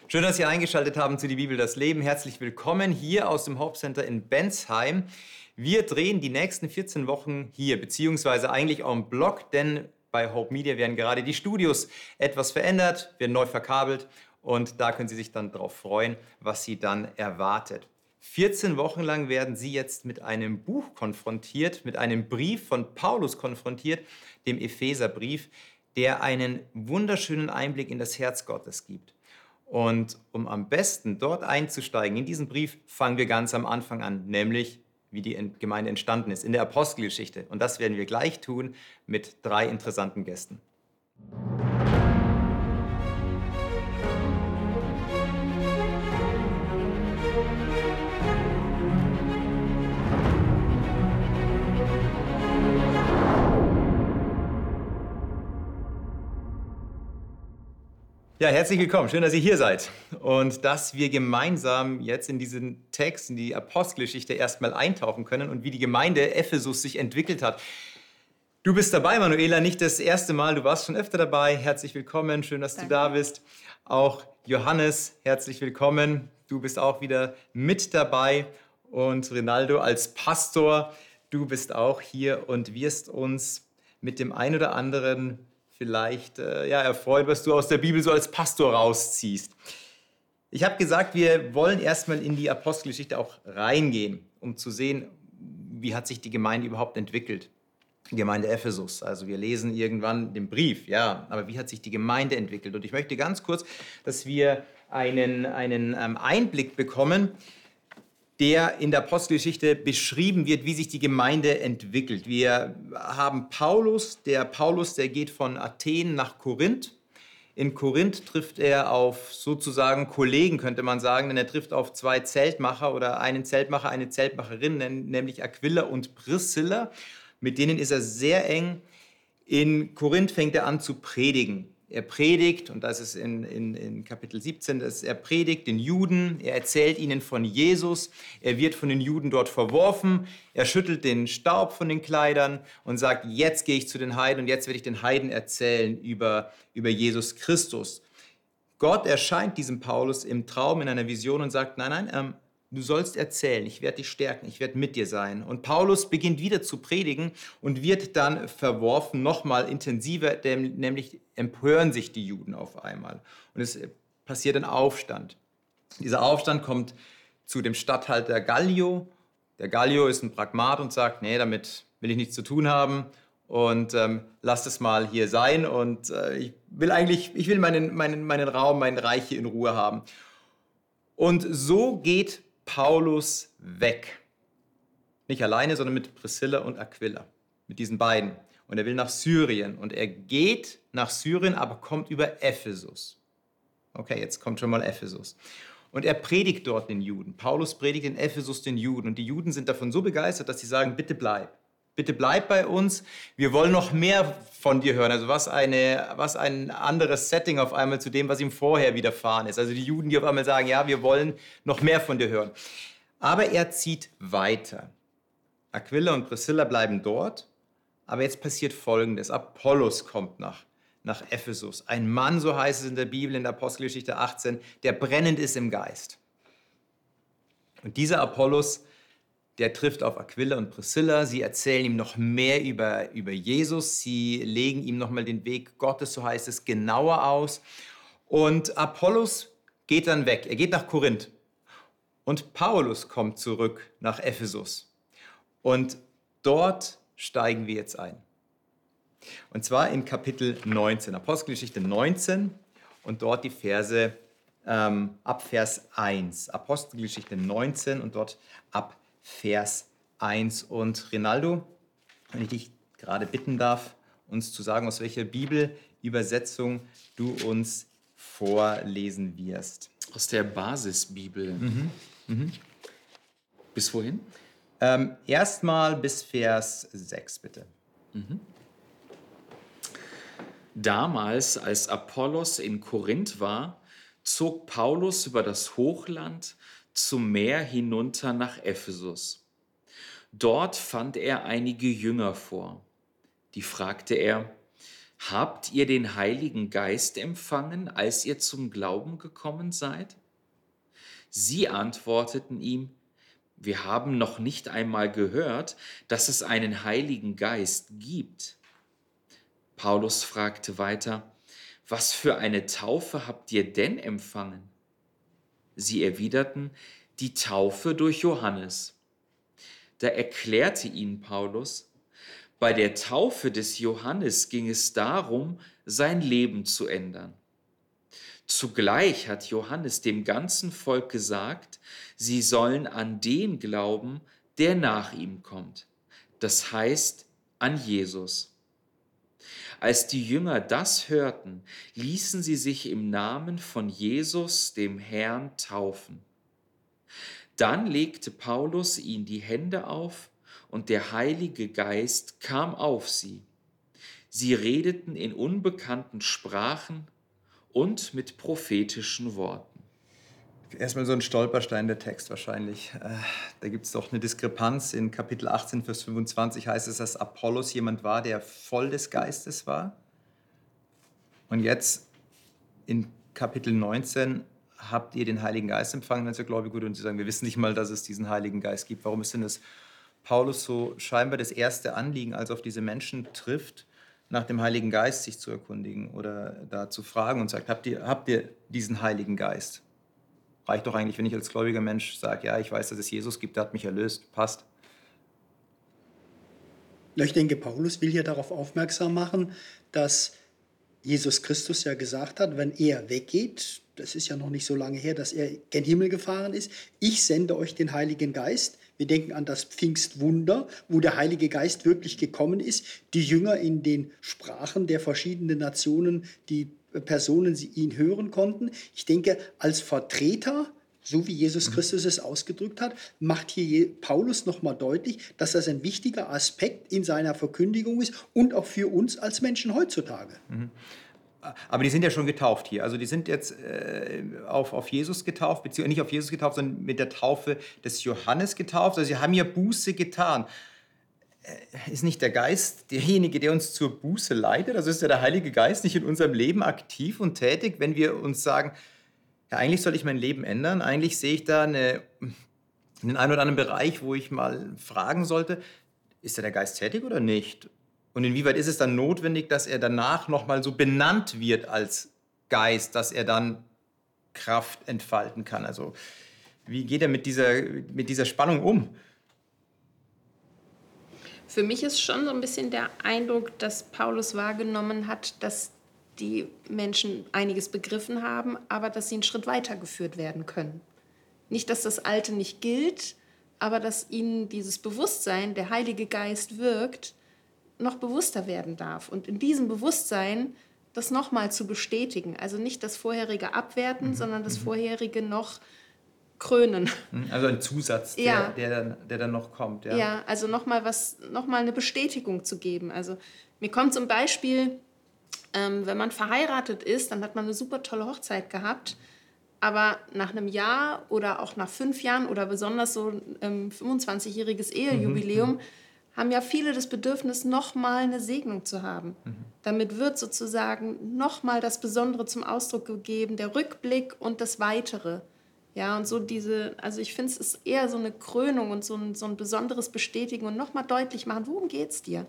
Schön, dass Sie eingeschaltet haben zu Die Bibel, das Leben. Herzlich willkommen hier aus dem Hauptcenter in Bensheim. Wir drehen die nächsten 14 Wochen hier, beziehungsweise eigentlich en bloc, denn bei Hope Media werden gerade die Studios etwas verändert, werden neu verkabelt und da können Sie sich dann darauf freuen, was Sie dann erwartet. 14 Wochen lang werden Sie jetzt mit einem Buch konfrontiert, mit einem Brief von Paulus konfrontiert, dem Epheserbrief, der einen wunderschönen Einblick in das Herz Gottes gibt. Und um am besten dort einzusteigen, in diesen Brief, fangen wir ganz am Anfang an, nämlich wie die Gemeinde entstanden ist, in der Apostelgeschichte. Und das werden wir gleich tun mit 3 interessanten Gästen. Ja, herzlich willkommen. Schön, dass ihr hier seid und dass wir gemeinsam jetzt in diesen Text, in die Apostelgeschichte erstmal eintauchen können und wie die Gemeinde Ephesus sich entwickelt hat. Du bist dabei, Manuela, nicht das erste Mal, du warst schon öfter dabei. Herzlich willkommen, schön, dass du da bist. Auch Johannes, herzlich willkommen. Du bist auch wieder mit dabei. Und Rinaldo als Pastor, du bist auch hier und wirst uns mit dem ein oder anderen vielleicht erfreut, was du aus der Bibel so als Pastor rausziehst. Ich habe gesagt, wir wollen erstmal in die Apostelgeschichte auch reingehen, um zu sehen, wie hat sich die Gemeinde überhaupt entwickelt. Die Gemeinde Ephesus. Also wir lesen irgendwann den Brief, ja, aber wie hat sich die Gemeinde entwickelt? Und ich möchte ganz kurz, dass wir einen Einblick bekommen, der in der Apostelgeschichte beschrieben wird, wie sich die Gemeinde entwickelt. Wir haben Paulus, der geht von Athen nach Korinth. In Korinth trifft er auf sozusagen Kollegen, könnte man sagen, denn er trifft auf 2 Zeltmacher oder einen Zeltmacher, eine Zeltmacherin, nämlich Aquila und Priscilla. Mit denen ist er sehr eng. In Korinth fängt er an zu predigen. Er predigt, und das ist in Kapitel 17, er predigt den Juden, er erzählt ihnen von Jesus, er wird von den Juden dort verworfen, er schüttelt den Staub von den Kleidern und sagt, jetzt gehe ich zu den Heiden und jetzt werde ich den Heiden erzählen über Jesus Christus. Gott erscheint diesem Paulus im Traum, in einer Vision und sagt, nein, du sollst erzählen, ich werde dich stärken, ich werde mit dir sein. Und Paulus beginnt wieder zu predigen und wird dann verworfen, nochmal intensiver, nämlich empören sich die Juden auf einmal. Und es passiert ein Aufstand. Dieser Aufstand kommt zu dem Statthalter Gallio. Der Gallio ist ein Pragmat und sagt, nee, damit will ich nichts zu tun haben und lasst es mal hier sein. Und ich will meinen Raum, mein Reich hier in Ruhe haben. Und so geht Paulus weg. Nicht alleine, sondern mit Priscilla und Aquila. Mit diesen beiden. Und er will nach Syrien. Und er geht nach Syrien, aber kommt über Ephesus. Okay, jetzt kommt schon mal Ephesus. Und er predigt dort den Juden. Paulus predigt in Ephesus den Juden. Und die Juden sind davon so begeistert, dass sie sagen, bitte bleib. Bitte bleib bei uns. Wir wollen noch mehr von dir hören. Also was ein anderes Setting auf einmal zu dem, was ihm vorher widerfahren ist. Also die Juden, die auf einmal sagen, ja, wir wollen noch mehr von dir hören. Aber er zieht weiter. Aquila und Priscilla bleiben dort. Aber jetzt passiert Folgendes. Apollos kommt nach Ephesus. Ein Mann, so heißt es in der Bibel, in der Apostelgeschichte 18, der brennend ist im Geist. Und dieser Apollos, der trifft auf Aquila und Priscilla. Sie erzählen ihm noch mehr über Jesus. Sie legen ihm nochmal den Weg Gottes, so heißt es, genauer aus. Und Apollos geht dann weg. Er geht nach Korinth. Und Paulus kommt zurück nach Ephesus. Und dort steigen wir jetzt ein. Und zwar in Kapitel 19, Apostelgeschichte 19 und dort die Verse ab Vers 1. Apostelgeschichte 19 und dort ab Vers 1. Und Rinaldo, wenn ich dich gerade bitten darf, uns zu sagen, aus welcher Bibelübersetzung du uns vorlesen wirst. Aus der Basisbibel. Bis wohin? Erstmal bis Vers 6, bitte. Damals, als Apollos in Korinth war, zog Paulus über das Hochland zum Meer hinunter nach Ephesus. Dort fand er einige Jünger vor. Die fragte er, Habt ihr den Heiligen Geist empfangen, als ihr zum Glauben gekommen seid? Sie antworteten ihm, wir haben noch nicht einmal gehört, dass es einen Heiligen Geist gibt. Paulus fragte weiter, was für eine Taufe habt ihr denn empfangen? Sie erwiderten, die Taufe durch Johannes. Da erklärte ihnen Paulus, bei der Taufe des Johannes ging es darum, sein Leben zu ändern. Zugleich hat Johannes dem ganzen Volk gesagt, sie sollen an den glauben, der nach ihm kommt. Das heißt, an Jesus. Als die Jünger das hörten, ließen sie sich im Namen von Jesus, dem Herrn, taufen. Dann legte Paulus ihnen die Hände auf und der Heilige Geist kam auf sie. Sie redeten in unbekannten Sprachen und mit prophetischen Worten. Erstmal so ein Stolperstein, der Text wahrscheinlich. Da gibt es doch eine Diskrepanz. In Kapitel 18, Vers 25 heißt es, dass Apollos jemand war, der voll des Geistes war. Und jetzt in Kapitel 19 habt ihr den Heiligen Geist empfangen, als ihr Gläubige wurde. Und sie sagen, wir wissen nicht mal, dass es diesen Heiligen Geist gibt. Warum ist denn das Paulus so scheinbar das erste Anliegen, als er auf diese Menschen trifft, nach dem Heiligen Geist sich zu erkundigen oder da zu fragen und sagt, habt ihr diesen Heiligen Geist? Reicht doch eigentlich, wenn ich als gläubiger Mensch sage, ja, ich weiß, dass es Jesus gibt, der hat mich erlöst, passt. Ich denke, Paulus will hier darauf aufmerksam machen, dass Jesus Christus ja gesagt hat, wenn er weggeht, das ist ja noch nicht so lange her, dass er gen Himmel gefahren ist, ich sende euch den Heiligen Geist. Wir denken an das Pfingstwunder, wo der Heilige Geist wirklich gekommen ist, die Jünger in den Sprachen der verschiedenen Nationen, die Personen ihn hören konnten. Ich denke, als Vertreter, so wie Jesus Christus es ausgedrückt hat, macht hier Paulus nochmal deutlich, dass das ein wichtiger Aspekt in seiner Verkündigung ist und auch für uns als Menschen heutzutage. Aber die sind ja schon getauft hier. Also die sind jetzt auf Jesus getauft, beziehungsweise nicht auf Jesus getauft, sondern mit der Taufe des Johannes getauft. Also sie haben ja Buße getan. Ist nicht der Geist derjenige, der uns zur Buße leitet? Also ist ja der Heilige Geist nicht in unserem Leben aktiv und tätig, wenn wir uns sagen, ja, eigentlich soll ich mein Leben ändern. Eigentlich sehe ich da den einen oder anderen Bereich, wo ich mal fragen sollte, ist da der Geist tätig oder nicht? Und inwieweit ist es dann notwendig, dass er danach nochmal so benannt wird als Geist, dass er dann Kraft entfalten kann? Also wie geht er mit dieser Spannung um? Für mich ist schon so ein bisschen der Eindruck, dass Paulus wahrgenommen hat, dass die Menschen einiges begriffen haben, aber dass sie einen Schritt weitergeführt werden können. Nicht, dass das Alte nicht gilt, aber dass ihnen dieses Bewusstsein, der Heilige Geist wirkt, noch bewusster werden darf. Und in diesem Bewusstsein das nochmal zu bestätigen. Also nicht das vorherige abwerten, sondern das vorherige noch krönen. Also ein Zusatz, Ja. der dann noch kommt. Ja, Ja, also nochmal eine Bestätigung zu geben. Also mir kommt zum Beispiel, wenn man verheiratet ist, dann hat man eine super tolle Hochzeit gehabt, aber nach einem Jahr oder auch nach 5 Jahren oder besonders so 25-jähriges Ehejubiläum haben ja viele das Bedürfnis, nochmal eine Segnung zu haben. Damit wird sozusagen nochmal das Besondere zum Ausdruck gegeben, der Rückblick und das Weitere. Ja, und so also ich finde, es ist eher so eine Krönung und so ein besonderes Bestätigen und nochmal deutlich machen, worum geht's dir?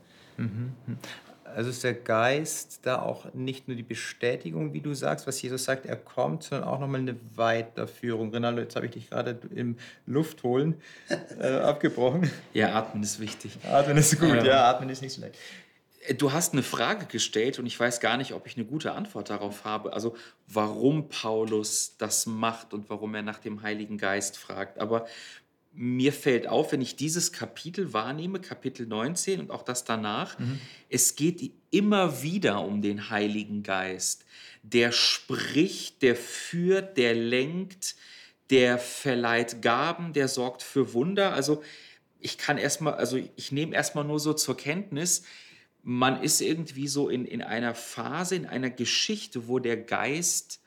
Also ist der Geist da auch nicht nur die Bestätigung, wie du sagst, was Jesus sagt, er kommt, sondern auch nochmal eine Weiterführung. Rinaldo, jetzt habe ich dich gerade im Luftholen abgebrochen. Ja, atmen ist wichtig. Atmen ist gut, ja, atmen ist nicht so leicht. Du hast eine Frage gestellt und ich weiß gar nicht, ob ich eine gute Antwort darauf habe. Also warum Paulus das macht und warum er nach dem Heiligen Geist fragt. Aber mir fällt auf, wenn ich dieses Kapitel wahrnehme, Kapitel 19 und auch das danach, es geht immer wieder um den Heiligen Geist. Der spricht, der führt, der lenkt, der verleiht Gaben, der sorgt für Wunder. Also ich nehme erstmal nur so zur Kenntnis, man ist irgendwie so in einer Phase, in einer Geschichte, wo der Geist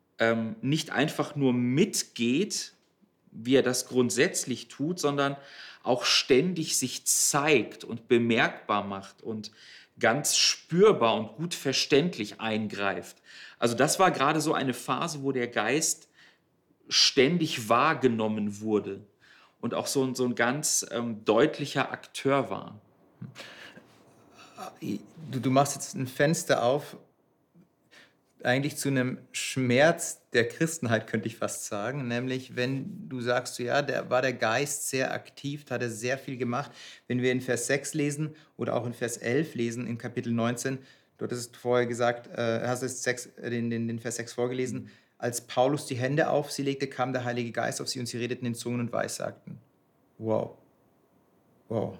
nicht einfach nur mitgeht, wie er das grundsätzlich tut, sondern auch ständig sich zeigt und bemerkbar macht und ganz spürbar und gut verständlich eingreift. Also das war gerade so eine Phase, wo der Geist ständig wahrgenommen wurde und auch so ein ganz deutlicher Akteur war. Du machst jetzt ein Fenster auf, eigentlich zu einem Schmerz der Christenheit, könnte ich fast sagen. Nämlich, wenn du sagst, ja, da war der Geist sehr aktiv, da hat er sehr viel gemacht. Wenn wir in Vers 6 lesen oder auch in Vers 11 lesen, in Kapitel 19, du hattest vorher gesagt, hast es den Vers 6 vorgelesen, als Paulus die Hände auf sie legte, kam der Heilige Geist auf sie und sie redeten in Zungen und Weissagten. Wow. Wow.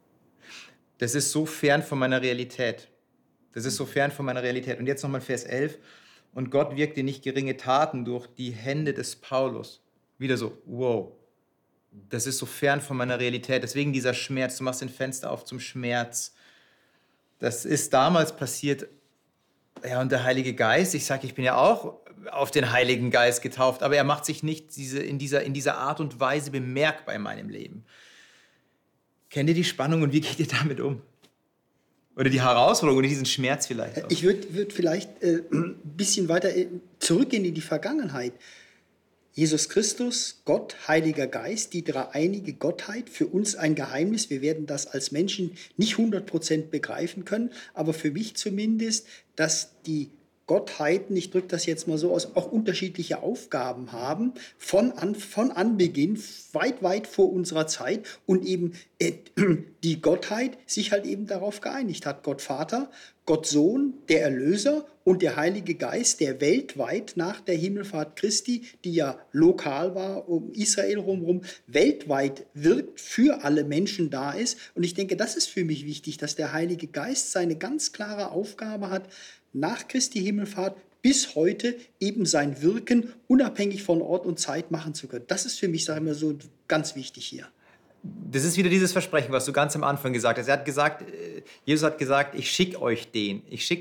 Das ist so fern von meiner Realität. Das ist so fern von meiner Realität. Und jetzt nochmal Vers 11. Und Gott wirkte nicht geringe Taten durch die Hände des Paulus. Wieder so, wow. Das ist so fern von meiner Realität. Deswegen dieser Schmerz. Du machst den Fenster auf zum Schmerz. Das ist damals passiert. Ja, und der Heilige Geist, ich bin ja auch auf den Heiligen Geist getauft, aber er macht sich nicht in dieser Art und Weise bemerkbar in meinem Leben. Kennt ihr die Spannung und wie geht ihr damit um? Oder die Herausforderung oder diesen Schmerz vielleicht auch? Ich würd vielleicht ein bisschen weiter zurückgehen in die Vergangenheit. Jesus Christus, Gott, Heiliger Geist, die dreieinige Gottheit, für uns ein Geheimnis. Wir werden das als Menschen nicht 100% begreifen können, aber für mich zumindest, dass die Gottheiten, ich drücke das jetzt mal so aus, auch unterschiedliche Aufgaben haben, von Anbeginn, weit, weit vor unserer Zeit und eben die Gottheit sich halt eben darauf geeinigt hat. Gott Vater, Gott Sohn, der Erlöser und der Heilige Geist, der weltweit nach der Himmelfahrt Christi, die ja lokal war, um Israel rumherum, weltweit wirkt, für alle Menschen da ist. Und ich denke, das ist für mich wichtig, dass der Heilige Geist seine ganz klare Aufgabe hat, nach Christi Himmelfahrt bis heute eben sein Wirken unabhängig von Ort und Zeit machen zu können. Das ist für mich, sagen wir so, ganz wichtig hier. Das ist wieder dieses Versprechen, was du ganz am Anfang gesagt hast. Jesus hat gesagt, ich schicke euch den.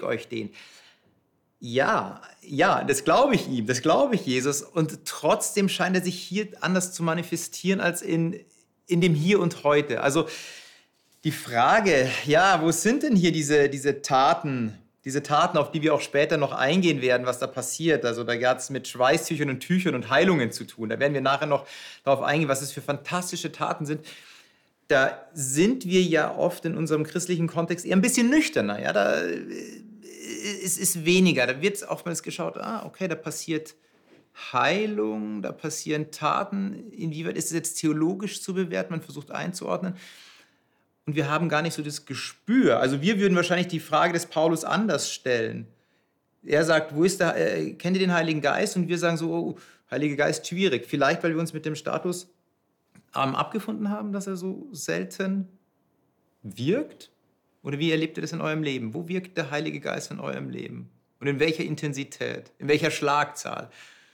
Ja, das glaube ich ihm, das glaube ich Jesus. Und trotzdem scheint er sich hier anders zu manifestieren als in dem Hier und Heute. Also die Frage, ja, wo sind denn hier diese Taten, auf die wir auch später noch eingehen werden, was da passiert. Also da hat es mit Schweißtüchern und Tüchern und Heilungen zu tun. Da werden wir nachher noch darauf eingehen, was es für fantastische Taten sind. Da sind wir ja oft in unserem christlichen Kontext eher ein bisschen nüchterner. Ja? Da ist weniger. Da wird oftmals geschaut, okay, da passiert Heilung, da passieren Taten. Inwieweit ist es jetzt theologisch zu bewerten? Man versucht einzuordnen. Und wir haben gar nicht so das Gespür. Also wir würden wahrscheinlich die Frage des Paulus anders stellen. Er sagt, kennt ihr den Heiligen Geist? Und wir sagen so, oh, Heiliger Geist, schwierig. Vielleicht, weil wir uns mit dem Status abgefunden haben, dass er so selten wirkt? Oder wie erlebt ihr das in eurem Leben? Wo wirkt der Heilige Geist in eurem Leben? Und in welcher Intensität? In welcher Schlagzahl?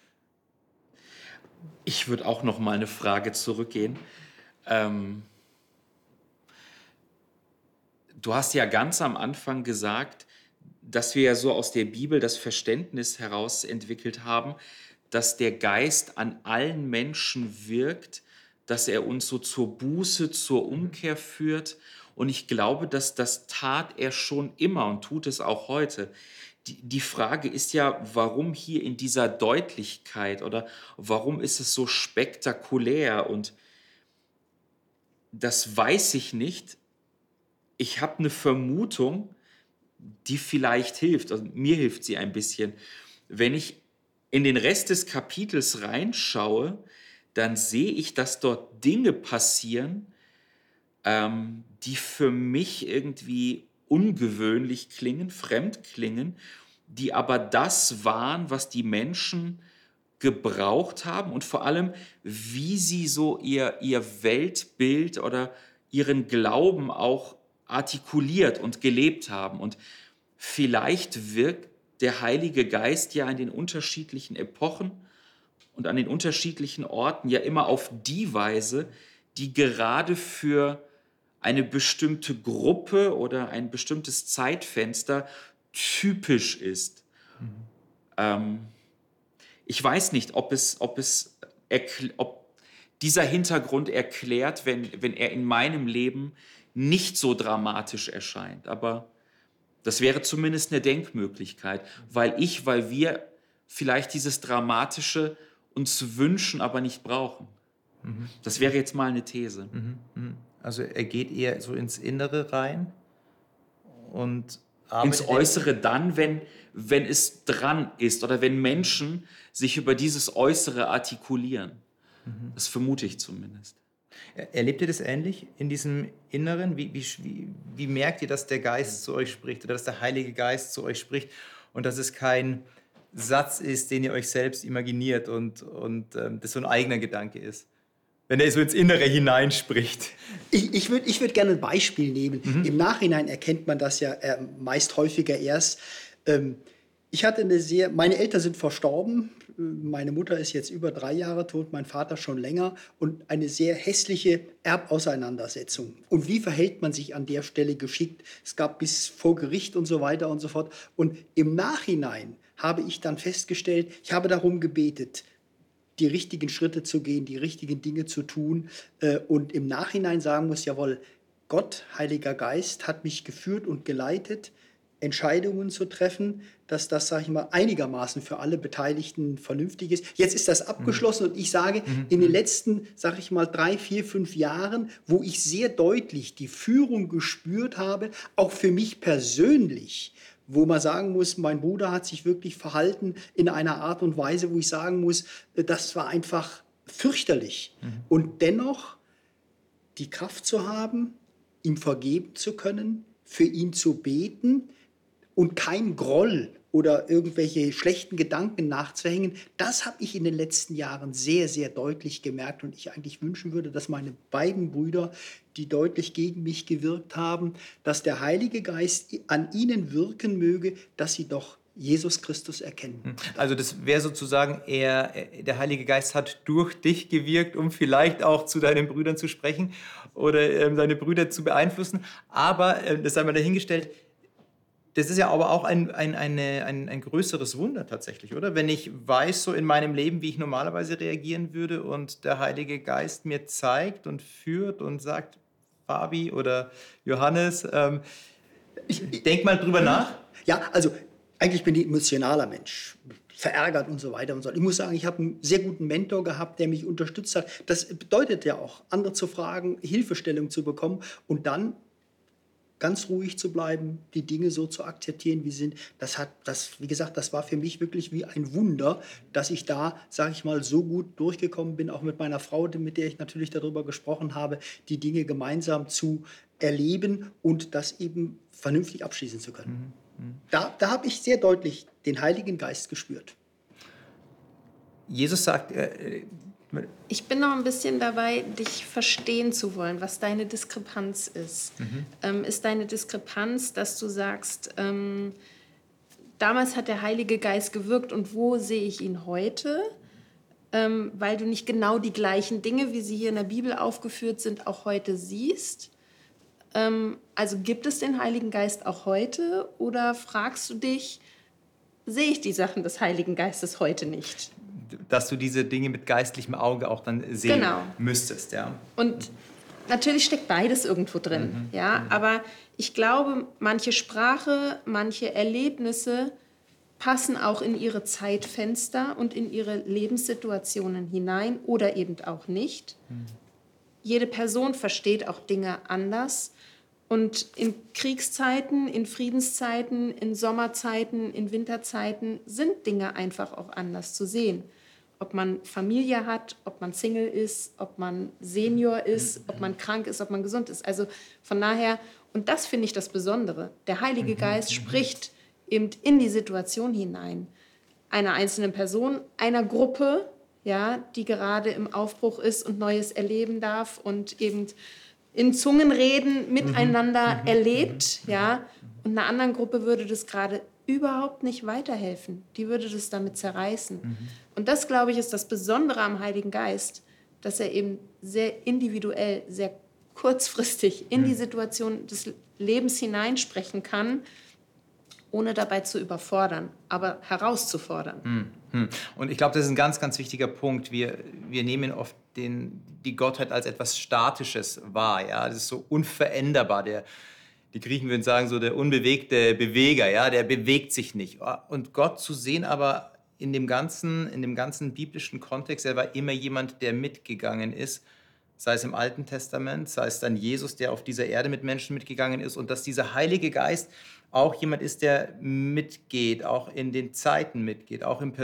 Ich würde auch noch mal eine Frage zurückgehen. Du hast ja ganz am Anfang gesagt, dass wir ja so aus der Bibel das Verständnis heraus entwickelt haben, dass der Geist an allen Menschen wirkt, dass er uns so zur Buße, zur Umkehr führt. Und ich glaube, dass das tat er schon immer und tut es auch heute. Die Frage ist ja, warum hier in dieser Deutlichkeit oder warum ist es so spektakulär? Und das weiß ich nicht. Ich habe eine Vermutung, die vielleicht hilft. Also mir hilft sie ein bisschen. Wenn ich in den Rest des Kapitels reinschaue, dann sehe ich, dass dort Dinge passieren, die für mich irgendwie ungewöhnlich klingen, fremd klingen, die aber das waren, was die Menschen gebraucht haben und vor allem, wie sie so ihr Weltbild oder ihren Glauben auch artikuliert und gelebt haben. Und vielleicht wirkt der Heilige Geist ja an den unterschiedlichen Epochen und an den unterschiedlichen Orten ja immer auf die Weise, die gerade für eine bestimmte Gruppe oder ein bestimmtes Zeitfenster typisch ist. Ich weiß nicht, ob dieser Hintergrund erklärt, wenn er in meinem Leben nicht so dramatisch erscheint. Aber das wäre zumindest eine Denkmöglichkeit, weil wir vielleicht dieses Dramatische uns wünschen, aber nicht brauchen. Das wäre jetzt mal eine These. Also er geht eher so ins Innere rein und ins Äußere dann, wenn es dran ist oder wenn Menschen sich über dieses Äußere artikulieren. Das vermute ich zumindest. Erlebt ihr das ähnlich in diesem Inneren? Wie merkt ihr, dass der Geist zu euch spricht oder dass der Heilige Geist zu euch spricht und dass es kein Satz ist, den ihr euch selbst imaginiert und das so ein eigener Gedanke ist? Wenn er so ins Innere hineinspricht. Ich würd gerne ein Beispiel nehmen. Im Nachhinein erkennt man das ja meist häufiger erst. Ich hatte meine Eltern sind verstorben. Meine Mutter ist jetzt über 3 Jahre tot, mein Vater schon länger. Und eine sehr hässliche Erbauseinandersetzung. Und wie verhält man sich an der Stelle geschickt? Es gab bis vor Gericht und so weiter und so fort. Und im Nachhinein habe ich dann festgestellt, ich habe darum gebetet, die richtigen Schritte zu gehen, die richtigen Dinge zu tun und im Nachhinein sagen muss, jawohl, Gott, Heiliger Geist, hat mich geführt und geleitet, Entscheidungen zu treffen, dass das, sage ich mal, einigermaßen für alle Beteiligten vernünftig ist. Jetzt ist das abgeschlossen und ich sage, in den letzten, sage ich mal, 3, 4, 5 Jahren, wo ich sehr deutlich die Führung gespürt habe, auch für mich persönlich, wo man sagen muss, mein Bruder hat sich wirklich verhalten in einer Art und Weise, wo ich sagen muss, das war einfach fürchterlich. Und dennoch die Kraft zu haben, ihm vergeben zu können, für ihn zu beten und kein Groll oder irgendwelche schlechten Gedanken nachzuhängen, das habe ich in den letzten Jahren sehr, sehr deutlich gemerkt und ich eigentlich wünschen würde, dass meine beiden Brüder, die deutlich gegen mich gewirkt haben, dass der Heilige Geist an ihnen wirken möge, dass sie doch Jesus Christus erkennen. Also das wäre sozusagen der Heilige Geist hat durch dich gewirkt, um vielleicht auch zu deinen Brüdern zu sprechen oder deine Brüder zu beeinflussen. Aber, das sei mal dahingestellt, das ist ja aber auch ein größeres Wunder tatsächlich, oder? Wenn ich weiß so in meinem Leben, wie ich normalerweise reagieren würde und der Heilige Geist mir zeigt und führt und sagt, Fabi oder Johannes, denk mal drüber nach. Ja, also eigentlich bin ich ein emotionaler Mensch, verärgert und so weiter und so. Ich muss sagen, ich habe einen sehr guten Mentor gehabt, der mich unterstützt hat. Das bedeutet ja auch, andere zu fragen, Hilfestellung zu bekommen und dann ganz ruhig zu bleiben, die Dinge so zu akzeptieren, wie sie sind. Wie gesagt, das war für mich wirklich wie ein Wunder, dass ich da, sage ich mal, so gut durchgekommen bin, auch mit meiner Frau, mit der ich natürlich darüber gesprochen habe, die Dinge gemeinsam zu erleben und das eben vernünftig abschließen zu können. Da habe ich sehr deutlich den Heiligen Geist gespürt. Jesus sagt, ich bin noch ein bisschen dabei, dich verstehen zu wollen, was deine Diskrepanz ist. Ist deine Diskrepanz, dass du sagst, damals hat der Heilige Geist gewirkt und wo sehe ich ihn heute? Weil du nicht genau die gleichen Dinge, wie sie hier in der Bibel aufgeführt sind, auch heute siehst. Also gibt es den Heiligen Geist auch heute oder fragst du dich, sehe ich die Sachen des Heiligen Geistes heute nicht? Dass du diese Dinge mit geistlichem Auge auch dann sehen müsstest. Ja. Und natürlich steckt beides irgendwo drin. Ja? Aber ich glaube, manche Sprache, manche Erlebnisse passen auch in ihre Zeitfenster und in ihre Lebenssituationen hinein oder eben auch nicht. Jede Person versteht auch Dinge anders. Und in Kriegszeiten, in Friedenszeiten, in Sommerzeiten, in Winterzeiten sind Dinge einfach auch anders zu sehen. Ob man Familie hat, ob man Single ist, ob man Senior ist, ob man krank ist, ob man gesund ist. Also von daher, und das finde ich das Besondere, der Heilige Geist spricht eben in die Situation hinein. Einer einzelnen Person, einer Gruppe, ja, die gerade im Aufbruch ist und Neues erleben darf und eben in Zungenreden miteinander erlebt, ja, und einer anderen Gruppe würde das gerade überhaupt nicht weiterhelfen. Die würde das damit zerreißen. Und das, glaube ich, ist das Besondere am Heiligen Geist, dass er eben sehr individuell, sehr kurzfristig in die Situation des Lebens hineinsprechen kann, ohne dabei zu überfordern, aber herauszufordern. Und ich glaube, das ist ein ganz, ganz wichtiger Punkt. Wir nehmen oft die Gottheit als etwas Statisches wahr. Ja? Das ist so unveränderbar. Die Griechen würden sagen, so der unbewegte Beweger, ja? Der bewegt sich nicht. Und Gott zu sehen aber in dem ganzen biblischen Kontext, er war immer jemand, der mitgegangen ist, sei es im Alten Testament, sei es dann Jesus, der auf dieser Erde mit Menschen mitgegangen ist, und dass dieser Heilige Geist auch jemand ist, der mitgeht, auch in den Zeiten mitgeht, auch in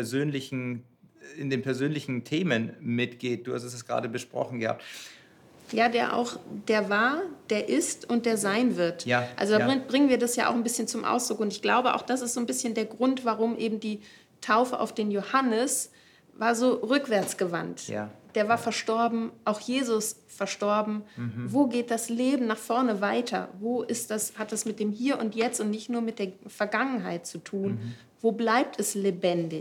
den persönlichen Themen mitgeht. Du hast es gerade besprochen gehabt. Ja, der war, der ist und der sein wird. Ja, also da bringen wir das ja auch ein bisschen zum Ausdruck. Und ich glaube, auch das ist so ein bisschen der Grund, warum eben die Taufe auf den Johannes war so rückwärtsgewandt. Ja. Der war verstorben, auch Jesus verstorben. Wo geht das Leben nach vorne weiter? Hat das mit dem Hier und Jetzt und nicht nur mit der Vergangenheit zu tun? Wo bleibt es lebendig?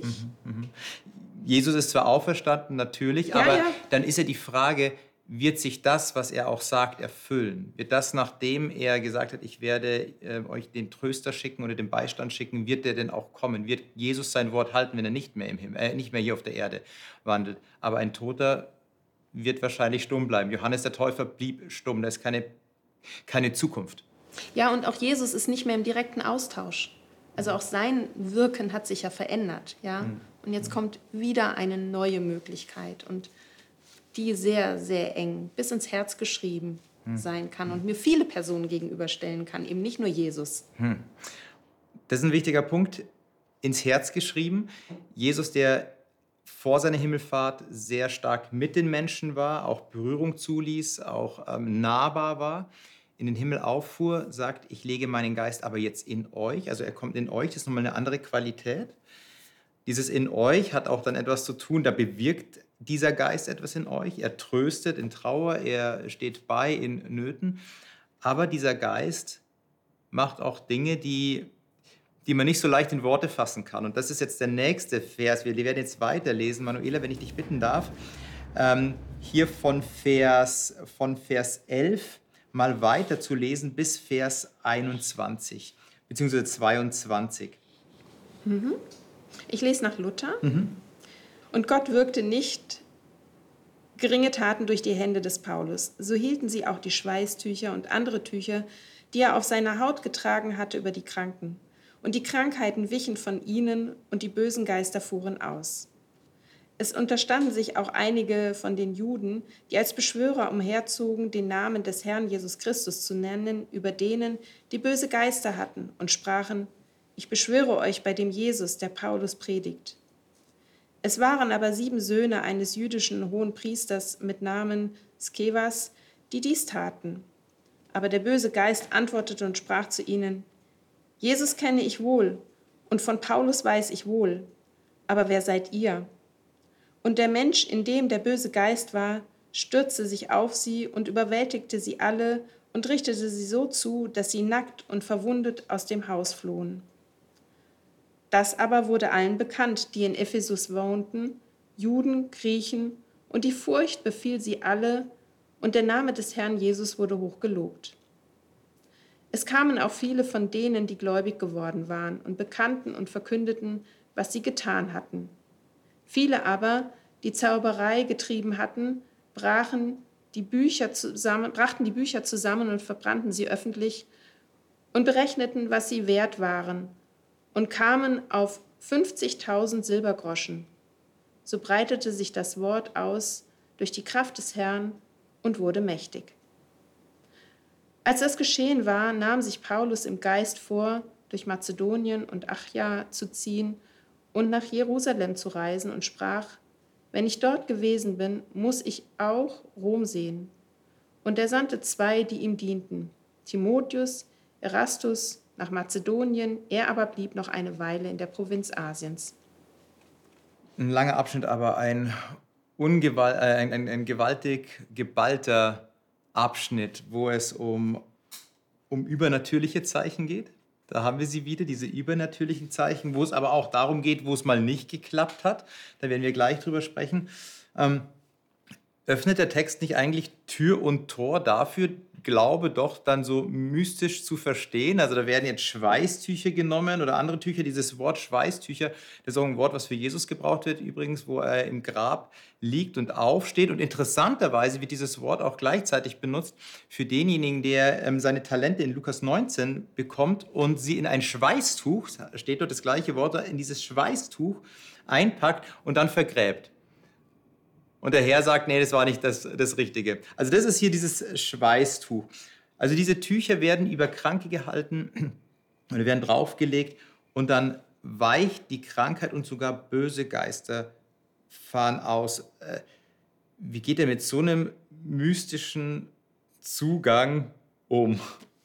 Jesus ist zwar auferstanden, natürlich, aber dann ist ja die Frage, wird sich das, was er auch sagt, erfüllen? Wird das, nachdem er gesagt hat, ich werde euch den Tröster schicken oder den Beistand schicken, wird der denn auch kommen? Wird Jesus sein Wort halten, wenn er nicht mehr nicht mehr hier auf der Erde wandelt? Aber ein Toter wird wahrscheinlich stumm bleiben. Johannes der Täufer blieb stumm. Da ist keine Zukunft. Ja, und auch Jesus ist nicht mehr im direkten Austausch. Also auch sein Wirken hat sich ja verändert. Ja? Und jetzt kommt wieder eine neue Möglichkeit. Und die sehr, sehr eng bis ins Herz geschrieben sein kann und mir viele Personen gegenüberstellen kann, eben nicht nur Jesus. Das ist ein wichtiger Punkt, ins Herz geschrieben. Jesus, der vor seiner Himmelfahrt sehr stark mit den Menschen war, auch Berührung zuließ, auch nahbar war, in den Himmel auffuhr, sagt, ich lege meinen Geist aber jetzt in euch. Also er kommt in euch, das ist nochmal eine andere Qualität. Dieses in euch hat auch dann etwas zu tun, da bewirkt dieser Geist etwas in euch. Er tröstet in Trauer, er steht bei in Nöten. Aber dieser Geist macht auch Dinge, die man nicht so leicht in Worte fassen kann. Und das ist jetzt der nächste Vers. Wir werden jetzt weiterlesen. Manuela, wenn ich dich bitten darf, hier von Vers 11 mal weiter zu lesen bis Vers 21 bzw. 22. Ich lese nach Luther. Und Gott wirkte nicht geringe Taten durch die Hände des Paulus. So hielten sie auch die Schweißtücher und andere Tücher, die er auf seiner Haut getragen hatte, über die Kranken. Und die Krankheiten wichen von ihnen und die bösen Geister fuhren aus. Es unterstanden sich auch einige von den Juden, die als Beschwörer umherzogen, den Namen des Herrn Jesus Christus zu nennen, über denen, die böse Geister hatten, und sprachen, ich beschwöre euch bei dem Jesus, der Paulus predigt. Es waren aber 7 Söhne eines jüdischen Hohenpriesters mit Namen Skevas, die dies taten. Aber der böse Geist antwortete und sprach zu ihnen, Jesus kenne ich wohl und von Paulus weiß ich wohl, aber wer seid ihr? Und der Mensch, in dem der böse Geist war, stürzte sich auf sie und überwältigte sie alle und richtete sie so zu, dass sie nackt und verwundet aus dem Haus flohen. Das aber wurde allen bekannt, die in Ephesus wohnten, Juden, Griechen, und die Furcht befiel sie alle, und der Name des Herrn Jesus wurde hoch gelobt. Es kamen auch viele von denen, die gläubig geworden waren, und bekannten und verkündeten, was sie getan hatten. Viele aber, die Zauberei getrieben hatten, brachten die Bücher zusammen und verbrannten sie öffentlich und berechneten, was sie wert waren, und kamen auf 50.000 Silbergroschen. So breitete sich das Wort aus durch die Kraft des Herrn und wurde mächtig. Als das geschehen war, nahm sich Paulus im Geist vor, durch Mazedonien und Achaia zu ziehen und nach Jerusalem zu reisen und sprach, wenn ich dort gewesen bin, muss ich auch Rom sehen. Und er sandte 2, die ihm dienten, Timotheus, Erastus, nach Mazedonien, er aber blieb noch eine Weile in der Provinz Asiens. Ein langer Abschnitt, aber ein gewaltig geballter Abschnitt, wo es um übernatürliche Zeichen geht. Da haben wir sie wieder, diese übernatürlichen Zeichen, wo es aber auch darum geht, wo es mal nicht geklappt hat. Da werden wir gleich drüber sprechen. Öffnet der Text nicht eigentlich Tür und Tor dafür, Glaube doch dann so mystisch zu verstehen. Also da werden jetzt Schweißtücher genommen oder andere Tücher. Dieses Wort Schweißtücher, das ist auch ein Wort, was für Jesus gebraucht wird übrigens, wo er im Grab liegt und aufsteht. Und interessanterweise wird dieses Wort auch gleichzeitig benutzt für denjenigen, der seine Talente in Lukas 19 bekommt und sie in ein Schweißtuch, steht dort das gleiche Wort, in dieses Schweißtuch einpackt und dann vergräbt. Und der Herr sagt, nee, das war nicht das Richtige. Also das ist hier dieses Schweißtuch. Also diese Tücher werden über Kranke gehalten oder werden draufgelegt und dann weicht die Krankheit und sogar böse Geister fahren aus. Wie geht er mit so einem mystischen Zugang um?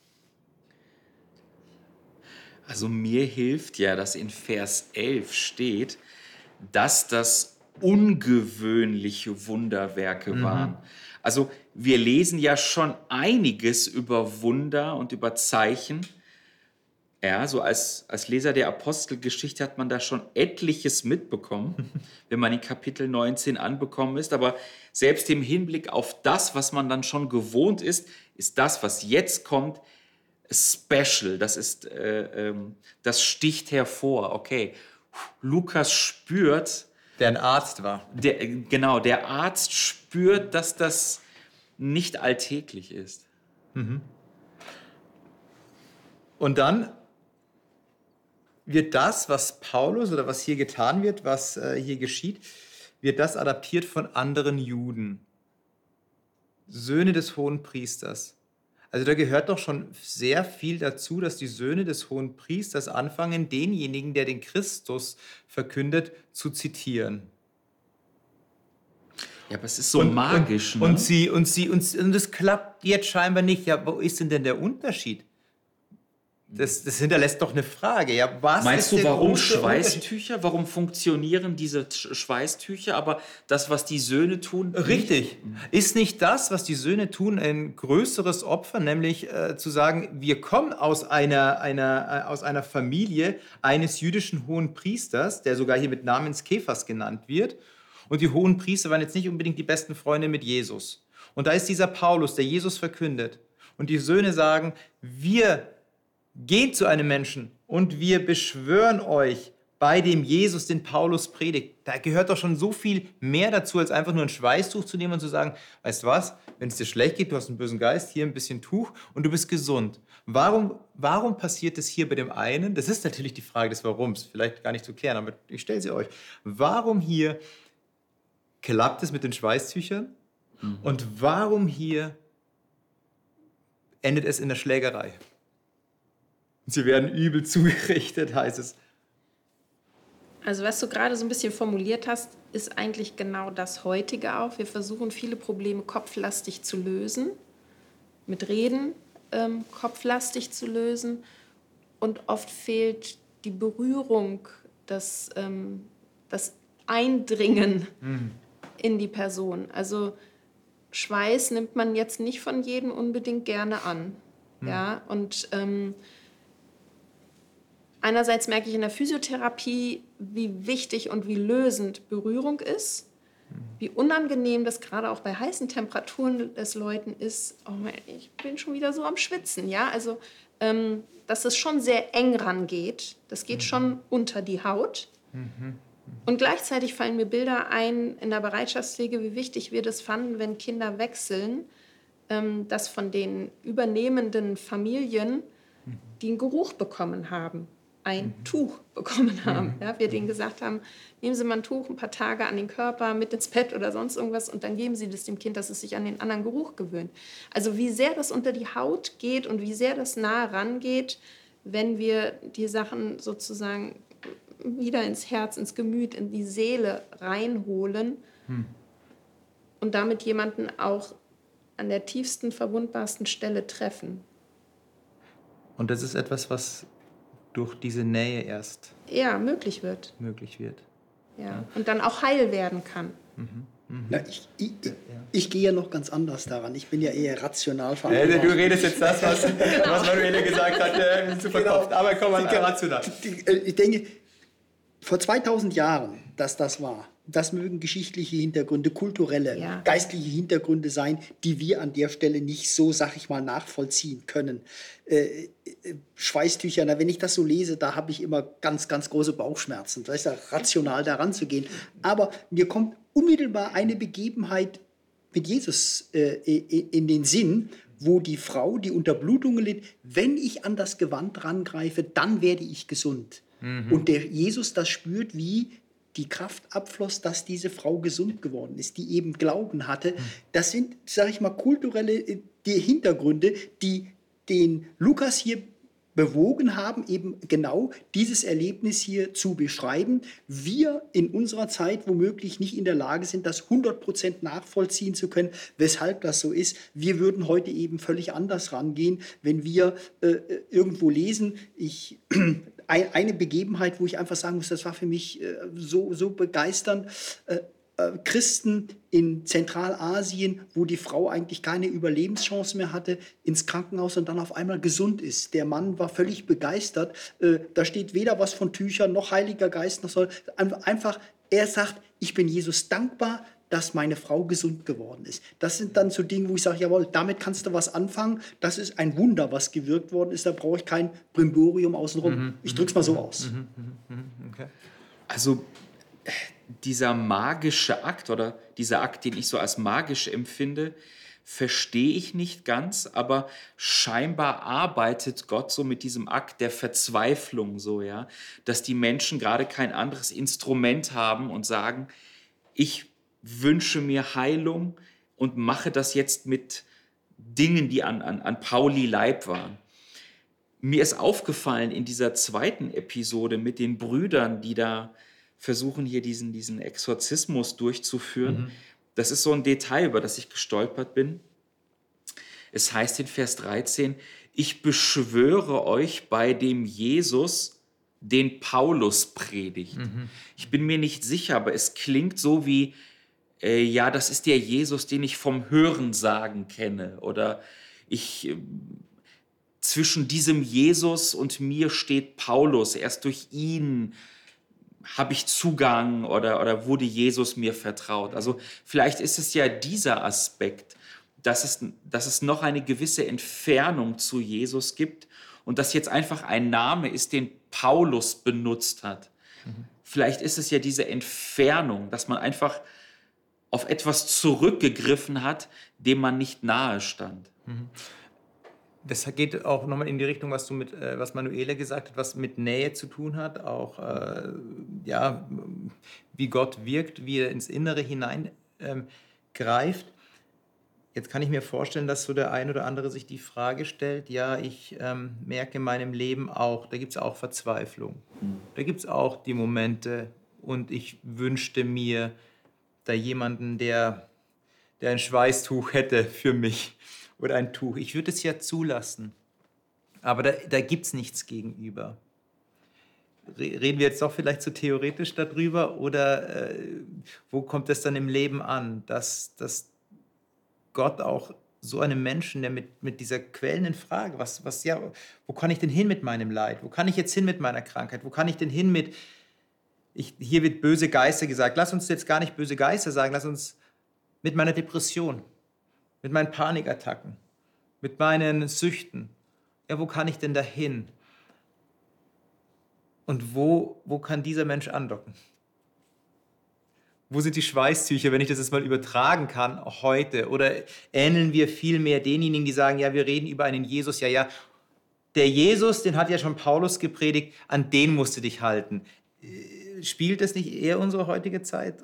Also mir hilft ja, dass in Vers 11 steht, dass das ungewöhnliche Wunderwerke waren. Also wir lesen ja schon einiges über Wunder und über Zeichen. Ja, so als Leser der Apostelgeschichte hat man da schon etliches mitbekommen, wenn man in Kapitel 19 angekommen ist. Aber selbst im Hinblick auf das, was man dann schon gewohnt ist, ist das, was jetzt kommt, special. Das sticht hervor. Okay, Lukas spürt, Der ein Arzt war. der Arzt spürt, dass das nicht alltäglich ist. Und dann wird das, was Paulus oder was hier getan wird, was hier geschieht, wird das adaptiert von anderen Juden. Söhne des Hohenpriesters. Also da gehört doch schon sehr viel dazu, dass die Söhne des Hohenpriesters anfangen, denjenigen, der den Christus verkündet, zu zitieren. Ja, aber es ist so magisch. Ne? Und das klappt jetzt scheinbar nicht. Ja, wo ist denn der Unterschied? Das hinterlässt doch eine Frage. Ja, was Meinst ist du, der warum große Schweißtücher? Warum funktionieren diese Schweißtücher? Aber das, was die Söhne tun? Richtig. Ist nicht das, was die Söhne tun, ein größeres Opfer, nämlich zu sagen, wir kommen aus einer Familie eines jüdischen Hohenpriesters, der sogar hier mit Namens Kephas genannt wird. Und die Hohenpriester waren jetzt nicht unbedingt die besten Freunde mit Jesus. Und da ist dieser Paulus, der Jesus verkündet. Und die Söhne sagen, wir gehen zu einem Menschen und wir beschwören euch bei dem Jesus, den Paulus predigt. Da gehört doch schon so viel mehr dazu, als einfach nur ein Schweißtuch zu nehmen und zu sagen, weißt du was, wenn es dir schlecht geht, du hast einen bösen Geist, hier ein bisschen Tuch und du bist gesund. Warum passiert es hier bei dem einen? Das ist natürlich die Frage des Warums, vielleicht gar nicht zu klären, aber ich stelle sie euch. Warum hier klappt es mit den Schweißtüchern und warum hier endet es in der Schlägerei? Sie werden übel zugerichtet, heißt es. Also was du gerade so ein bisschen formuliert hast, ist eigentlich genau das heutige auch. Wir versuchen viele Probleme kopflastig zu lösen, mit Reden kopflastig zu lösen. Und oft fehlt die Berührung, das Eindringen in die Person. Also Schweiß nimmt man jetzt nicht von jedem unbedingt gerne an. Ja? Und einerseits merke ich in der Physiotherapie, wie wichtig und wie lösend Berührung ist, wie unangenehm das gerade auch bei heißen Temperaturen des Leuten ist. Oh mein, ich bin schon wieder so am Schwitzen. Ja? Also, dass es schon sehr eng rangeht. Das geht schon unter die Haut. Und gleichzeitig fallen mir Bilder ein in der Bereitschaftspflege, wie wichtig wir das fanden, wenn Kinder wechseln, dass von den übernehmenden Familien die einen Geruch bekommen haben, ein Tuch bekommen haben. Ja, wir denen gesagt haben, nehmen Sie mal ein Tuch ein paar Tage an den Körper, mit ins Bett oder sonst irgendwas und dann geben Sie das dem Kind, dass es sich an den anderen Geruch gewöhnt. Also wie sehr das unter die Haut geht und wie sehr das nah rangeht, wenn wir die Sachen sozusagen wieder ins Herz, ins Gemüt, in die Seele reinholen und damit jemanden auch an der tiefsten, verwundbarsten Stelle treffen. Und das ist etwas, was durch diese Nähe erst möglich wird. Ja. Und dann auch heil werden kann. Na, ich gehe ja noch ganz anders daran. Ich bin ja eher rational veranlagt. Du redest jetzt das, was Manuela gesagt hat, zu verkauft. Aber komm mal rational. Ich denke, vor 2000 Jahren, dass das war, Das mögen geschichtliche Hintergründe, kulturelle, geistliche Hintergründe sein, die wir an der Stelle nicht so, sag ich mal, nachvollziehen können. Schweißtücher, wenn ich das so lese, da habe ich immer ganz, ganz große Bauchschmerzen, weißt du, rational daran zu gehen. Aber mir kommt unmittelbar eine Begebenheit mit Jesus in den Sinn, wo die Frau, die unter Blutungen litt, wenn ich an das Gewand rangreife, dann werde ich gesund. Und der Jesus das spürt, wie die Kraft abfloss, dass diese Frau gesund geworden ist, die eben Glauben hatte. Das sind, sage ich mal, kulturelle die Hintergründe, die den Lukas hier bewogen haben, eben genau dieses Erlebnis hier zu beschreiben. Wir in unserer Zeit womöglich nicht in der Lage sind, das 100% nachvollziehen zu können, weshalb das so ist. Wir würden heute eben völlig anders rangehen, wenn wir irgendwo lesen. Eine Begebenheit, wo ich einfach sagen muss, das war für mich so begeisternd. Christen in Zentralasien, wo die Frau eigentlich keine Überlebenschance mehr hatte, ins Krankenhaus und dann auf einmal gesund ist. Der Mann war völlig begeistert. Da steht weder was von Tüchern noch Heiliger Geist noch so. Einfach, er sagt, ich bin Jesus dankbar, dass meine Frau gesund geworden ist. Das sind dann so Dinge, wo ich sage, jawohl, damit kannst du was anfangen. Das ist ein Wunder, was gewirkt worden ist. Da brauche ich kein Brimborium außenrum. Ich drücke es mal so aus. Okay. Also dieser magische Akt oder dieser Akt, den ich so als magisch empfinde, verstehe ich nicht ganz, aber scheinbar arbeitet Gott so mit diesem Akt der Verzweiflung so, ja, dass die Menschen gerade kein anderes Instrument haben und sagen, ich wünsche mir Heilung und mache das jetzt mit Dingen, die an Pauli Leib waren. Mir ist aufgefallen in dieser zweiten Episode mit den Brüdern, die da versuchen, hier diesen Exorzismus durchzuführen. Das ist so ein Detail, über das ich gestolpert bin. Es heißt in Vers 13, ich beschwöre euch bei dem Jesus, den Paulus predigt. Ich bin mir nicht sicher, aber es klingt so wie, ja, das ist der Jesus, den ich vom Hörensagen kenne. Oder zwischen diesem Jesus und mir steht Paulus. Erst durch ihn habe ich Zugang oder wurde Jesus mir vertraut. Also vielleicht ist es ja dieser Aspekt, dass es noch eine gewisse Entfernung zu Jesus gibt und dass jetzt einfach ein Name ist, den Paulus benutzt hat. Vielleicht ist es ja diese Entfernung, dass man einfach auf etwas zurückgegriffen hat, dem man nicht nahe stand. Das geht auch nochmal in die Richtung, was Manuela gesagt hat, was mit Nähe zu tun hat, auch wie Gott wirkt, wie er ins Innere hinein greift. Jetzt kann ich mir vorstellen, dass so der ein oder andere sich die Frage stellt, ja, ich merke in meinem Leben auch, da gibt es auch Verzweiflung, da gibt es auch die Momente und ich wünschte mir da jemanden, der ein Schweißtuch hätte für mich. Oder ein Tuch. Ich würde es ja zulassen. Aber da gibt es nichts gegenüber. Reden wir jetzt doch vielleicht zu theoretisch darüber? Oder wo kommt es dann im Leben an, dass Gott auch so einem Menschen, der mit dieser quälenden Frage, wo kann ich denn hin mit meinem Leid? Wo kann ich jetzt hin mit meiner Krankheit? Wo kann ich denn hin mit... Hier wird böse Geister gesagt. Lass uns jetzt gar nicht böse Geister sagen. Lass uns mit meiner Depression, mit meinen Panikattacken, mit meinen Süchten. Ja, wo kann ich denn da hin? Und wo kann dieser Mensch andocken? Wo sind die Schweißtücher, wenn ich das jetzt mal übertragen kann, heute? Oder ähneln wir vielmehr denjenigen, die sagen, ja, wir reden über einen Jesus, ja, der Jesus, den hat ja schon Paulus gepredigt, an den musst du dich halten. Spielt das nicht eher unsere heutige Zeit?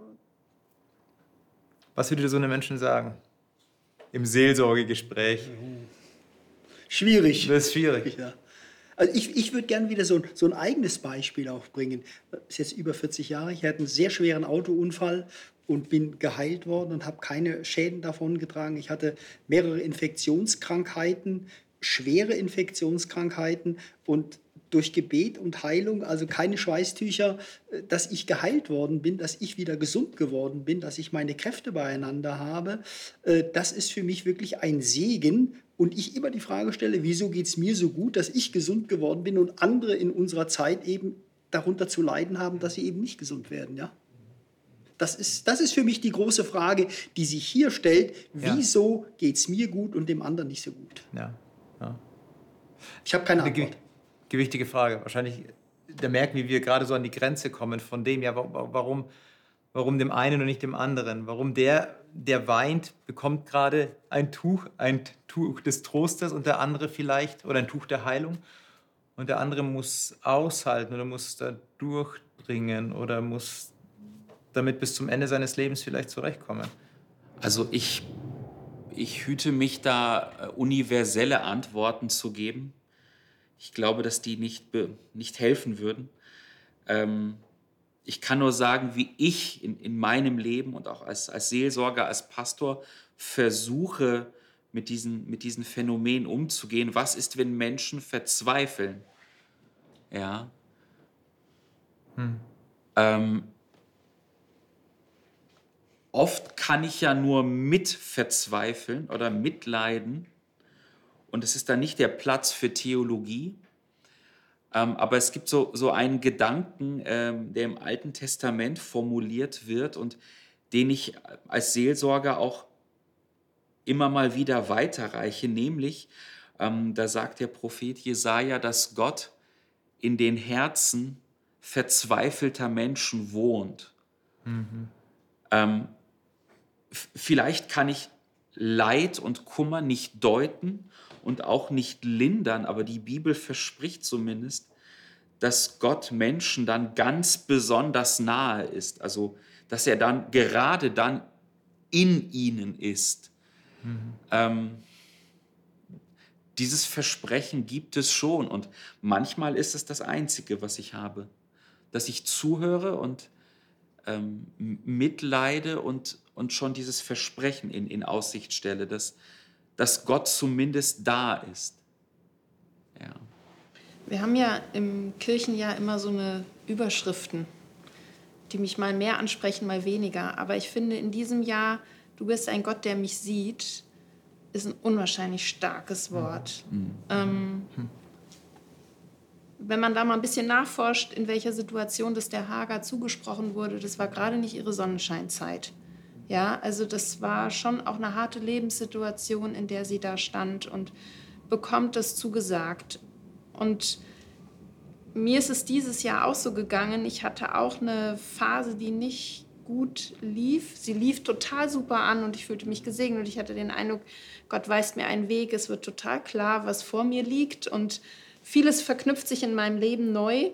Was würde so eine Menschen sagen? Im Seelsorgegespräch. Schwierig. Das ist schwierig. Ja. Also ich würde gerne wieder so ein eigenes Beispiel aufbringen. Das ist jetzt über 40 Jahre. Ich hatte einen sehr schweren Autounfall und bin geheilt worden und habe keine Schäden davon getragen. Ich hatte mehrere Infektionskrankheiten, schwere Infektionskrankheiten und durch Gebet und Heilung, also keine Schweißtücher, dass ich geheilt worden bin, dass ich wieder gesund geworden bin, dass ich meine Kräfte beieinander habe, das ist für mich wirklich ein Segen. Und ich immer die Frage stelle, wieso geht es mir so gut, dass ich gesund geworden bin und andere in unserer Zeit eben darunter zu leiden haben, dass sie eben nicht gesund werden, ja? Das ist für mich die große Frage, die sich hier stellt. Wieso geht es mir gut und dem anderen nicht so gut? Ja. Ich habe keine Eine Antwort. gewichtige Frage. Wahrscheinlich, da merken wir, wie wir gerade so an die Grenze kommen von dem, ja, warum dem einen und nicht dem anderen? Warum der weint, bekommt gerade ein Tuch des Trostes und der andere vielleicht, oder ein Tuch der Heilung und der andere muss aushalten oder muss da durchdringen oder muss damit bis zum Ende seines Lebens vielleicht zurechtkommen. Also ich hüte mich da, universelle Antworten zu geben. Ich glaube, dass die nicht helfen würden. Ich kann nur sagen, wie ich in meinem Leben und auch als Seelsorger, als Pastor versuche, mit diesen Phänomenen umzugehen. Was ist, wenn Menschen verzweifeln? Ja. Oft kann ich ja nur mit verzweifeln oder mitleiden. Und es ist dann nicht der Platz für Theologie. Aber es gibt so einen Gedanken, der im Alten Testament formuliert wird und den ich als Seelsorger auch immer mal wieder weiterreiche, nämlich, da sagt der Prophet Jesaja, dass Gott in den Herzen verzweifelter Menschen wohnt. Vielleicht kann ich Leid und Kummer nicht deuten und auch nicht lindern, aber die Bibel verspricht zumindest, dass Gott Menschen dann ganz besonders nahe ist, also dass er dann gerade dann in ihnen ist. Dieses Versprechen gibt es schon und manchmal ist es das Einzige, was ich habe, dass ich zuhöre und mitleide und schon dieses Versprechen in Aussicht stelle, dass Gott zumindest da ist. Ja. Wir haben ja im Kirchenjahr immer so eine Überschriften, die mich mal mehr ansprechen, mal weniger. Aber ich finde, in diesem Jahr, du bist ein Gott, der mich sieht, ist ein unwahrscheinlich starkes Wort. Wenn man da mal ein bisschen nachforscht, in welcher Situation das der Hagar zugesprochen wurde, das war gerade nicht ihre Sonnenscheinzeit. Ja, also das war schon auch eine harte Lebenssituation, in der sie da stand und bekommt das zugesagt. Und mir ist es dieses Jahr auch so gegangen. Ich hatte auch eine Phase, die nicht gut lief. Sie lief total super an und ich fühlte mich gesegnet und ich hatte den Eindruck, Gott weist mir einen Weg, es wird total klar, was vor mir liegt und vieles verknüpft sich in meinem Leben neu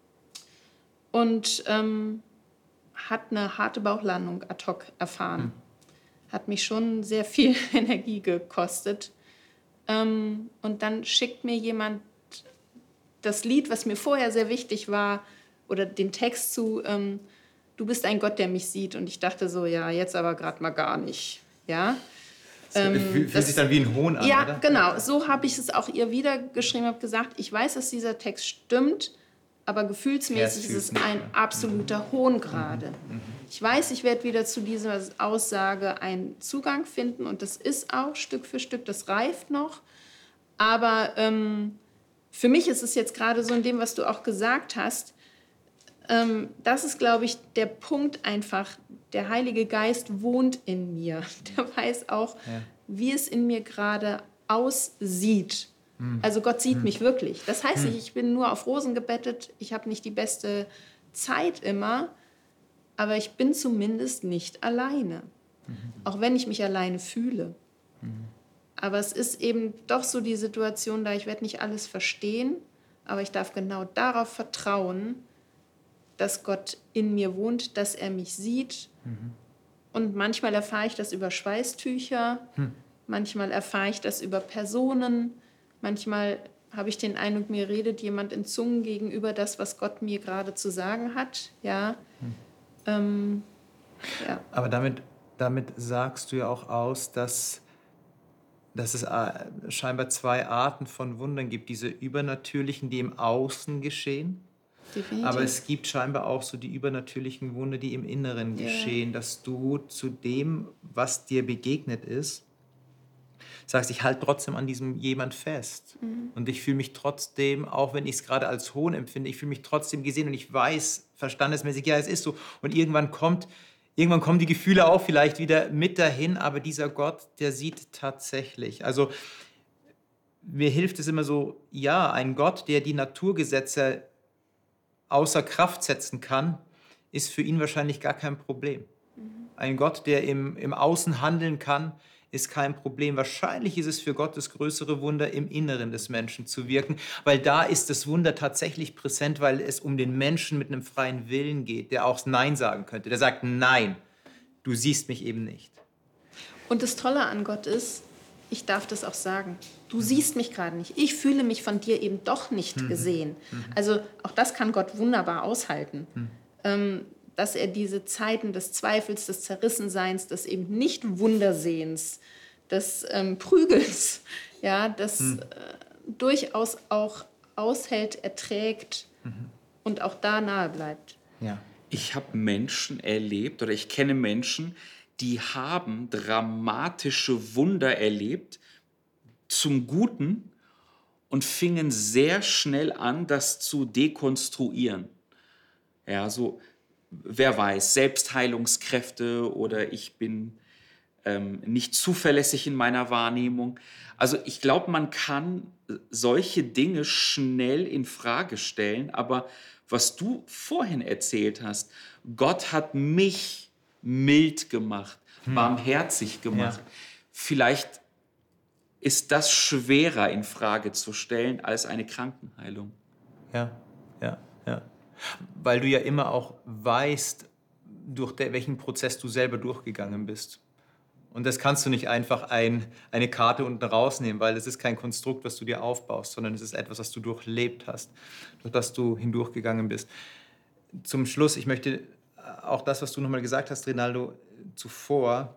und hat eine harte Bauchlandung ad hoc erfahren. Hat mich schon sehr viel Energie gekostet. Und dann schickt mir jemand das Lied, was mir vorher sehr wichtig war, oder den Text zu, du bist ein Gott, der mich sieht. Und ich dachte so, ja, jetzt aber gerade mal gar nicht. Ja? Fühlt sich dann wie ein Hohn an, ja, oder? Genau. So habe ich es auch ihr wieder geschrieben, habe gesagt, ich weiß, dass dieser Text stimmt, aber gefühlsmäßig ist es ein absoluter Hohn gerade. Ich weiß, ich werde wieder zu dieser Aussage einen Zugang finden und das ist auch Stück für Stück, das reift noch. Aber für mich ist es jetzt gerade so in dem, was du auch gesagt hast, das ist, glaube ich, der Punkt einfach, der Heilige Geist wohnt in mir. Der weiß auch, wie es in mir gerade aussieht. Also Gott sieht mich wirklich. Das heißt nicht, ich bin nur auf Rosen gebettet, ich habe nicht die beste Zeit immer, aber ich bin zumindest nicht alleine. Auch wenn ich mich alleine fühle. Aber es ist eben doch so die Situation da, ich werde nicht alles verstehen, aber ich darf genau darauf vertrauen, dass Gott in mir wohnt, dass er mich sieht. Und manchmal erfahre ich das über Schweißtücher, manchmal erfahre ich das über Personen, manchmal habe ich den Eindruck, mir redet jemand in Zungen gegenüber das, was Gott mir gerade zu sagen hat. Ja. Ja. Aber damit sagst du ja auch aus, dass es scheinbar zwei Arten von Wundern gibt. Diese übernatürlichen, die im Außen geschehen. Definitiv. Aber es gibt scheinbar auch so die übernatürlichen Wunder, die im Inneren geschehen, dass du zu dem, was dir begegnet ist, sagst, ich halte trotzdem an diesem jemand fest. Und ich fühle mich trotzdem, auch wenn ich es gerade als Hohn empfinde, ich fühle mich trotzdem gesehen und ich weiß verstandesmäßig, ja, es ist so. Und irgendwann kommt Irgendwann kommen die Gefühle auch vielleicht wieder mit dahin, aber dieser Gott, der sieht tatsächlich. Also mir hilft es immer so, ja, ein Gott, der die Naturgesetze außer Kraft setzen kann, ist für ihn wahrscheinlich gar kein Problem. Ein Gott, der im Außen handeln kann, ist kein Problem. Wahrscheinlich ist es für Gott das größere Wunder, im Inneren des Menschen zu wirken, weil da ist das Wunder tatsächlich präsent, weil es um den Menschen mit einem freien Willen geht, der auch Nein sagen könnte. Der sagt, nein, du siehst mich eben nicht. Und das Tolle an Gott ist, ich darf das auch sagen. Du siehst mich gerade nicht. Ich fühle mich von dir eben doch nicht gesehen. Also auch das kann Gott wunderbar aushalten. Dass er diese Zeiten des Zweifels, des Zerrissenseins, des eben nicht Wundersehens, des Prügels, ja, das durchaus auch aushält, erträgt und auch da nahe bleibt. Ja. Ich habe Menschen erlebt oder ich kenne Menschen, die haben dramatische Wunder erlebt, zum Guten, und fingen sehr schnell an, das zu dekonstruieren. Ja, so, wer weiß, Selbstheilungskräfte oder ich bin nicht zuverlässig in meiner Wahrnehmung. Also ich glaube, man kann solche Dinge schnell in Frage stellen, aber was du vorhin erzählt hast, Gott hat mich mild gemacht, barmherzig gemacht. Ja. Vielleicht ist das schwerer in Frage zu stellen als eine Krankenheilung. Ja, ja, ja. Weil du ja immer auch weißt, welchen Prozess du selber durchgegangen bist. Und das kannst du nicht einfach eine Karte unten rausnehmen, weil es ist kein Konstrukt, was du dir aufbaust, sondern es ist etwas, was du durchlebt hast, durch das du hindurchgegangen bist. Zum Schluss, ich möchte auch das, was du nochmal gesagt hast, Rinaldo, zuvor,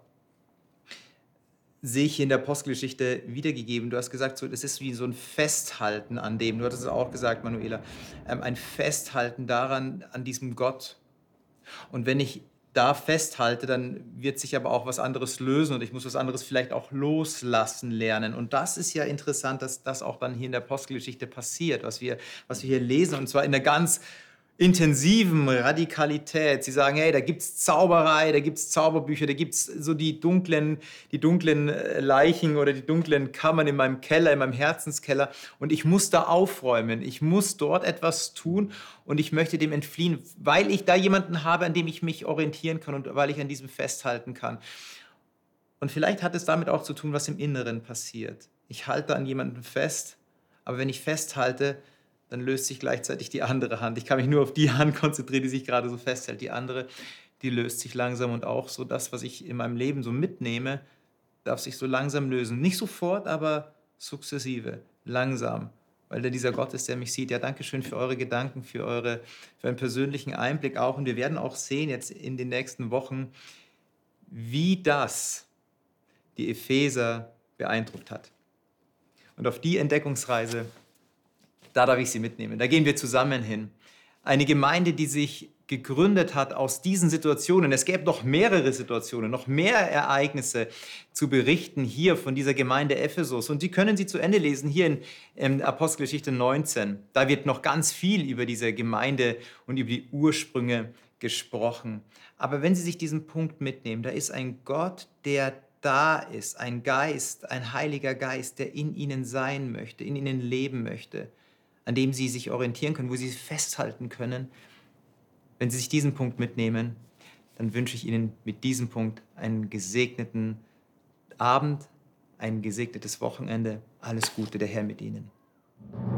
sehe ich hier in der Apostelgeschichte wiedergegeben. Du hast gesagt, so, das ist wie so ein Festhalten an dem. Du hattest es auch gesagt, Manuela. Ein Festhalten daran, an diesem Gott. Und wenn ich da festhalte, dann wird sich aber auch was anderes lösen und ich muss was anderes vielleicht auch loslassen lernen. Und das ist ja interessant, dass das auch dann hier in der Apostelgeschichte passiert, was wir hier lesen, und zwar in der ganz intensiven Radikalität. Sie sagen, hey, da gibt es Zauberei, da gibt es Zauberbücher, da gibt es so die dunklen Leichen oder die dunklen Kammern in meinem Keller, in meinem Herzenskeller, und ich muss da aufräumen. Ich muss dort etwas tun und ich möchte dem entfliehen, weil ich da jemanden habe, an dem ich mich orientieren kann und weil ich an diesem festhalten kann. Und vielleicht hat es damit auch zu tun, was im Inneren passiert. Ich halte an jemandem fest, aber wenn ich festhalte, dann löst sich gleichzeitig die andere Hand. Ich kann mich nur auf die Hand konzentrieren, die sich gerade so festhält. Die andere, die löst sich langsam, und auch so das, was ich in meinem Leben so mitnehme, darf sich so langsam lösen. Nicht sofort, aber sukzessive, langsam, weil da dieser Gott ist, der mich sieht. Ja, danke schön für eure Gedanken, für einen persönlichen Einblick auch. Und wir werden auch sehen jetzt in den nächsten Wochen, wie das die Epheser beeindruckt hat. Und auf die Entdeckungsreise, da darf ich Sie mitnehmen. Da gehen wir zusammen hin. Eine Gemeinde, die sich gegründet hat aus diesen Situationen. Es gäbe noch mehrere Situationen, noch mehr Ereignisse zu berichten hier von dieser Gemeinde Ephesus. Und die können Sie zu Ende lesen hier in Apostelgeschichte 19. Da wird noch ganz viel über diese Gemeinde und über die Ursprünge gesprochen. Aber wenn Sie sich diesen Punkt mitnehmen, da ist ein Gott, der da ist, ein Geist, ein Heiliger Geist, der in Ihnen sein möchte, in Ihnen leben möchte, an dem Sie sich orientieren können, wo Sie festhalten können. Wenn Sie sich diesen Punkt mitnehmen, dann wünsche ich Ihnen mit diesem Punkt einen gesegneten Abend, ein gesegnetes Wochenende. Alles Gute, der Herr mit Ihnen.